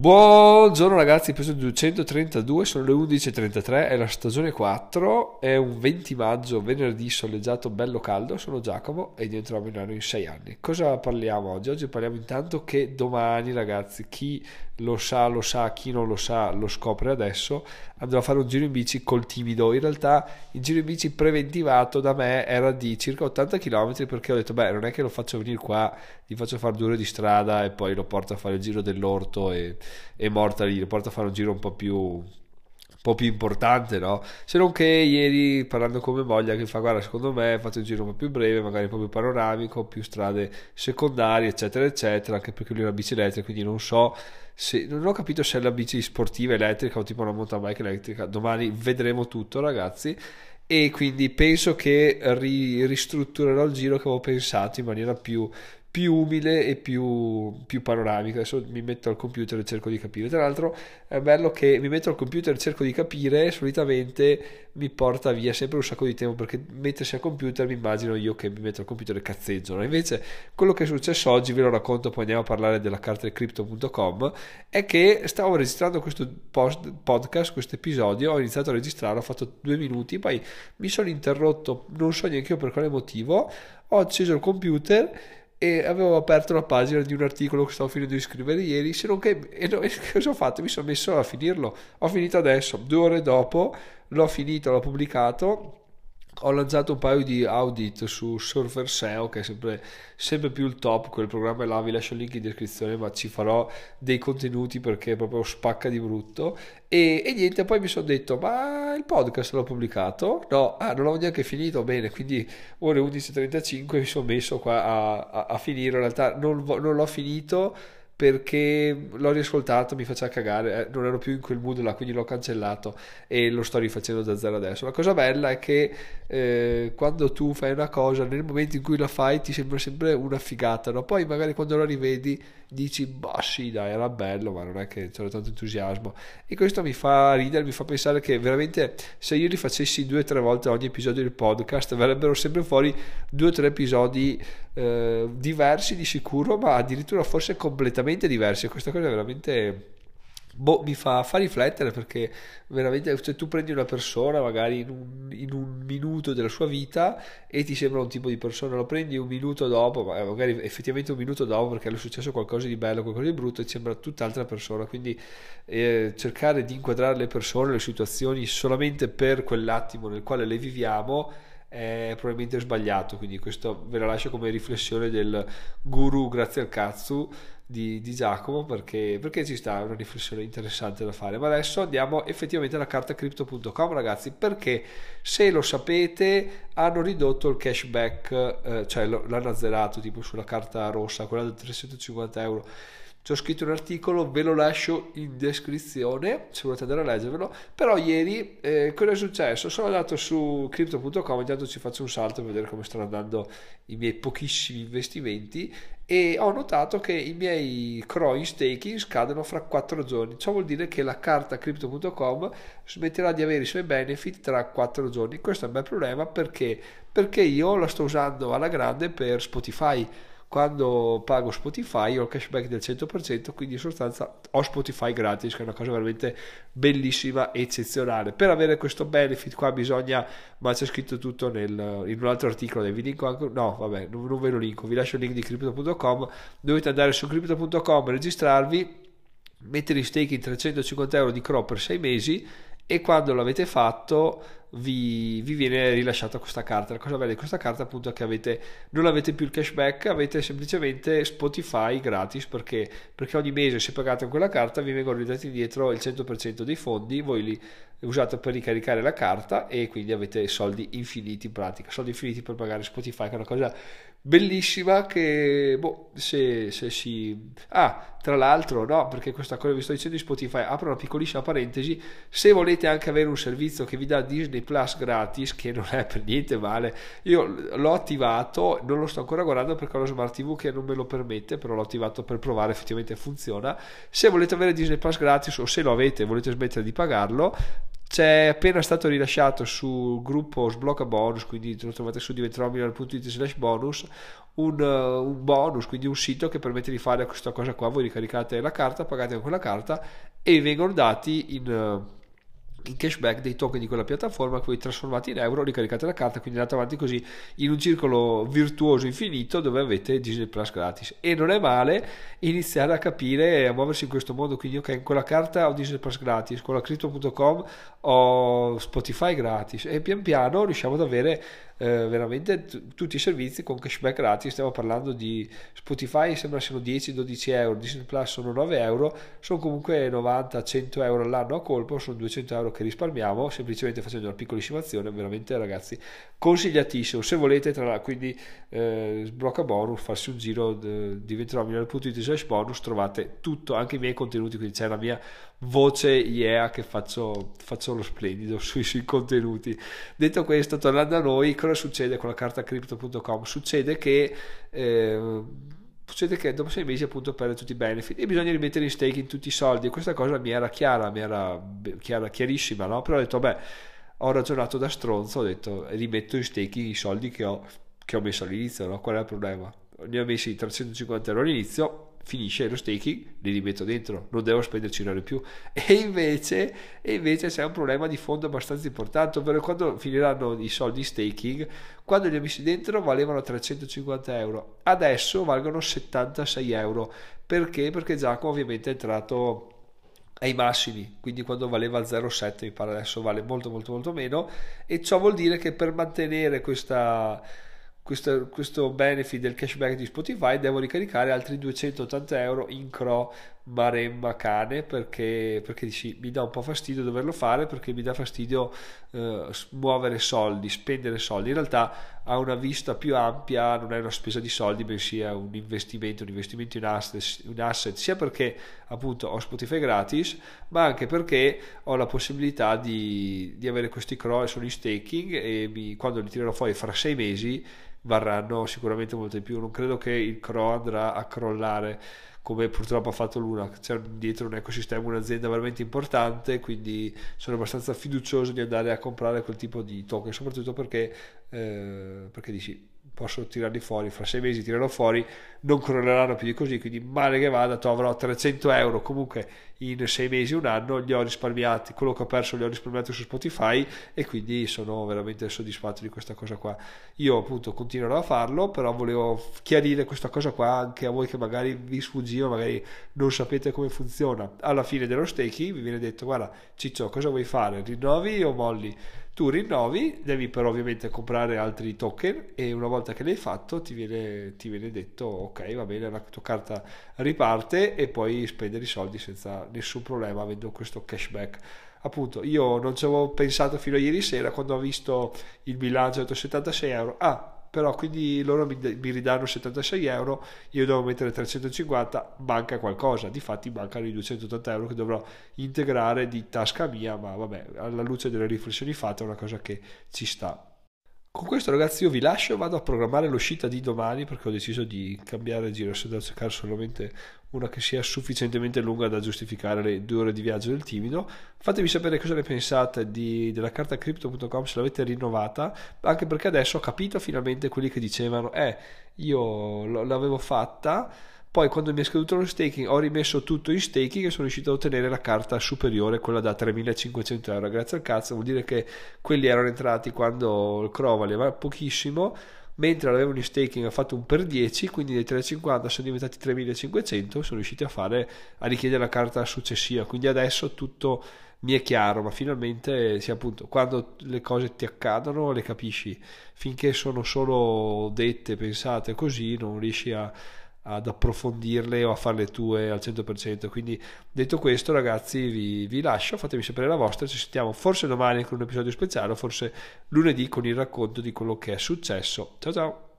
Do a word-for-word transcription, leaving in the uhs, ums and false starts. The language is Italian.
Buongiorno ragazzi, episodio duecentotrentadue, sono le undici e trentatré, è la stagione quattro, è un venti maggio, venerdì soleggiato, bello caldo, sono Giacomo e diventerò milionario in sei anni. Cosa parliamo oggi? Oggi parliamo intanto che domani ragazzi, chi lo sa lo sa, chi non lo sa lo scopre adesso, andrò a fare un giro in bici col timido. In realtà il giro in bici preventivato da me era di circa ottanta chilometri, perché ho detto beh, non è che lo faccio venire qua, gli faccio fare due ore di strada e poi lo porto a fare il giro dell'orto e è morta lì, lo porto a fare un giro un po' più un po' più importante, no? Se non che ieri, parlando con mia moglie, che fa guarda, secondo me fate un giro un po' più breve, magari un po' più panoramico, più strade secondarie, eccetera eccetera, anche perché lui è una bici elettrica, quindi non so se, non ho capito se è la bici sportiva elettrica o tipo una mountain bike elettrica. Domani vedremo tutto ragazzi, e quindi penso che ri- ristrutturerò il giro che avevo pensato in maniera più più umile e più, più panoramica. Adesso mi metto al computer e cerco di capire. Tra l'altro è bello che mi metto al computer e cerco di capire, solitamente mi porta via sempre un sacco di tempo, perché mettersi al computer mi immagino io che mi metto al computer e cazzeggio, no? Invece quello che è successo oggi ve lo racconto, poi andiamo a parlare della carta del crypto punto com. È che stavo registrando questo post, podcast, questo episodio, ho iniziato a registrare, ho fatto due minuti, poi mi sono interrotto, non so neanche io per quale motivo, ho acceso il computer e avevo aperto la pagina di un articolo che stavo finendo di scrivere ieri, se non che, e no, e cosa ho fatto? Mi sono messo a finirlo, ho finito adesso, due ore dopo, l'ho finito, l'ho pubblicato. Ho lanciato un paio di audit su Surfer S E O, che è sempre, sempre più il top, quel programma là, vi lascio il link in descrizione, ma ci farò dei contenuti perché proprio spacca di brutto. E, e niente, poi mi sono detto, ma il podcast l'ho pubblicato? No, ah, non l'ho neanche finito, bene, quindi ore undici e trentacinque mi sono messo qua a, a, a finire, in realtà non, non l'ho finito perché l'ho riascoltato, mi faceva cagare, eh, non ero più in quel mood là, quindi l'ho cancellato e lo sto rifacendo da zero adesso. La cosa bella è che eh, quando tu fai una cosa, nel momento in cui la fai ti sembra sempre una figata, no? Poi magari quando la rivedi dici, bah sì dai, era bello, ma non è che c'era tanto entusiasmo, e questo mi fa ridere, mi fa pensare che veramente se io li facessi due o tre volte ogni episodio del podcast verrebbero sempre fuori due o tre episodi eh, diversi di sicuro, ma addirittura forse completamente diversi, e questa cosa è veramente, boh, mi fa, fa riflettere, perché veramente, cioè, tu prendi una persona magari in un, in un minuto della sua vita e ti sembra un tipo di persona, lo prendi un minuto dopo, magari effettivamente un minuto dopo perché è successo qualcosa di bello, qualcosa di brutto, e ti sembra tutt'altra persona. Quindi eh, cercare di inquadrare le persone, le situazioni solamente per quell'attimo nel quale le viviamo è probabilmente sbagliato. Quindi questo ve la lascio come riflessione del guru grazie al cazzo di, di Giacomo, perché, perché ci sta, è una riflessione interessante da fare. Ma adesso andiamo effettivamente alla carta crypto punto com ragazzi, perché se lo sapete hanno ridotto il cashback, eh, cioè lo, l'hanno azzerato tipo sulla carta rossa, quella da trecentocinquanta euro. Ci ho scritto un articolo, ve lo lascio in descrizione se volete andare a leggervelo. Però ieri eh, cosa è successo? Sono andato su crypto punto com, intanto ci faccio un salto per vedere come stanno andando i miei pochissimi investimenti, e ho notato che i miei C R O in staking scadono fra quattro giorni. Ciò vuol dire che la carta crypto punto com smetterà di avere i suoi benefit tra quattro giorni. Questo è un bel problema, perché perché io la sto usando alla grande per Spotify. Quando pago Spotify ho il cashback del cento per cento, quindi in sostanza ho Spotify gratis, che è una cosa veramente bellissima e eccezionale. Per avere questo benefit qua bisogna, ma c'è scritto tutto nel, in un altro articolo, vi linko anche, no vabbè non, non ve lo linko, vi lascio il link di crypto punto com. Dovete andare su crypto punto com, registrarvi, mettere in staking trecentocinquanta euro di C R O per sei mesi, e quando l'avete fatto vi, vi viene rilasciata questa carta. La cosa bella di questa carta appunto è che avete, non avete più il cashback, avete semplicemente Spotify gratis, perché, perché ogni mese se pagate con quella carta vi vengono ridati indietro il cento per cento dei fondi, voi li usate per ricaricare la carta e quindi avete soldi infiniti, in pratica soldi infiniti per pagare Spotify, che è una cosa bellissima che boh, se, se si ah tra l'altro no, perché questa cosa vi sto dicendo di Spotify, apro una piccolissima parentesi, se volete anche avere un servizio che vi dà Disney Plus gratis, che non è per niente male, io l'ho attivato, non lo sto ancora guardando perché ho lo smart tv che non me lo permette, però l'ho attivato per provare, effettivamente funziona. Se volete avere Disney Plus gratis, o se lo avete e volete smettere di pagarlo, c'è appena stato rilasciato sul gruppo Sblocca Bonus, quindi lo trovate su diventeromilionario punto it slash bonus, un, uh, un bonus, quindi un sito che permette di fare questa cosa qua. Voi ricaricate la carta, pagate con quella carta e vengono dati in... Uh, in cashback dei token di quella piattaforma che voi trasformate in euro, ricaricate la carta, quindi andate avanti così in un circolo virtuoso infinito dove avete Disney Plus gratis. E non è male iniziare a capire e a muoversi in questo modo, quindi ok, con quella carta ho Disney Plus gratis, con la crypto punto com ho Spotify gratis, e pian piano riusciamo ad avere eh, veramente t- tutti i servizi con cashback gratis. Stiamo parlando di Spotify, sembra siano dieci dodici euro, Disney Plus sono nove euro, sono comunque novanta cento euro all'anno a colpo, sono duecento euro che risparmiamo semplicemente facendo una piccolissima azione. Veramente ragazzi, consigliatissimo se volete. Tra l'altro, quindi eh, sblocca bonus, farsi un giro d- di venteromilionario punto it slash bonus, trovate tutto, anche i miei contenuti, quindi c'è la mia voce yeah che faccio, faccio lo splendido sui, sui contenuti. Detto questo, tornando a noi, cosa succede con la carta crypto punto com? Succede che eh, succede che dopo sei mesi appunto perde tutti i benefit e bisogna rimettere in staking tutti i soldi, e questa cosa mi era chiara, mi era chiara, chiarissima, no? Però ho detto vabbè, ho ragionato da stronzo, ho detto rimetto in staking i soldi che ho, che ho messo all'inizio, no? Qual è il problema? Ne ho messi trecentocinquanta euro all'inizio, finisce lo staking, li rimetto dentro, non devo spenderci un euro in più. E invece, e invece c'è un problema di fondo abbastanza importante, ovvero quando finiranno i soldi staking, quando li ho messi dentro valevano trecentocinquanta euro, adesso valgono settantasei euro. Perché? Perché Giacomo ovviamente è entrato ai massimi, quindi quando valeva zero virgola sette mi pare adesso vale molto molto molto meno, e ciò vuol dire che per mantenere questa questo, questo benefit del cashback di Spotify devo ricaricare altri duecentottanta euro in cro maremma cane, perché, perché sì, mi dà un po' fastidio doverlo fare, perché mi dà fastidio eh, muovere soldi, spendere soldi. In realtà ha una vista più ampia, non è una spesa di soldi, bensì è un investimento, un investimento in asset, un asset, sia perché appunto ho Spotify gratis, ma anche perché ho la possibilità di, di avere questi cro e sono in staking, e mi, quando li tirerò fuori fra sei mesi varranno sicuramente molto di più. Non credo che il cro andrà a crollare come purtroppo ha fatto Luna. C'è dietro un ecosistema, un'azienda veramente importante, quindi sono abbastanza fiducioso di andare a comprare quel tipo di token, soprattutto perché eh, perché dici posso tirarli fuori, fra sei mesi tirerò fuori, non crolleranno più di così, quindi male che vada avrò trecento euro comunque in sei mesi, un anno, li ho risparmiati, quello che ho perso li ho risparmiati su Spotify, e quindi sono veramente soddisfatto di questa cosa qua. Io appunto continuerò a farlo, però volevo chiarire questa cosa qua anche a voi che magari vi sfuggiva, magari non sapete come funziona. Alla fine dello staking vi viene detto guarda Ciccio, cosa vuoi fare, rinnovi o molli? Tu rinnovi, devi però ovviamente comprare altri token, e una volta che l'hai fatto ti viene, ti viene detto ok, va bene, la tua carta riparte, e puoi spendere i soldi senza nessun problema avendo questo cashback. Appunto io non ci avevo pensato fino a ieri sera, quando ho visto il bilancio ho detto settantasei euro, ah però quindi loro mi, mi ridanno settantasei euro, io devo mettere trecentocinquanta, manca qualcosa, difatti mancano i duecentottanta euro che dovrò integrare di tasca mia, ma vabbè, alla luce delle riflessioni fatte è una cosa che ci sta. Con questo ragazzi io vi lascio, vado a programmare l'uscita di domani, perché ho deciso di cambiare giro, se devo cercare solamente una che sia sufficientemente lunga da giustificare le due ore di viaggio del timido. Fatemi sapere cosa ne pensate di, della carta crypto punto com, se l'avete rinnovata, anche perché adesso ho capito finalmente quelli che dicevano eh io l'avevo fatta, poi quando mi è scaduto lo staking ho rimesso tutto in staking e sono riuscito a ottenere la carta superiore, quella da tremilacinquecento euro. Grazie al cazzo, vuol dire che quelli erano entrati quando il cro valeva pochissimo, mentre l'avevano in staking ha fatto un per dieci, quindi dai trecentocinquanta sono diventati tremilacinquecento, sono riusciti a fare a richiedere la carta successiva. Quindi adesso tutto mi è chiaro, ma finalmente sì, appunto, quando le cose ti accadono le capisci. Finché sono solo dette, pensate così, non riesci a ad approfondirle o a farle tue al cento per cento. Quindi detto questo ragazzi vi, vi lascio, fatemi sapere la vostra, ci sentiamo forse domani con un episodio speciale o forse lunedì con il racconto di quello che è successo. Ciao ciao.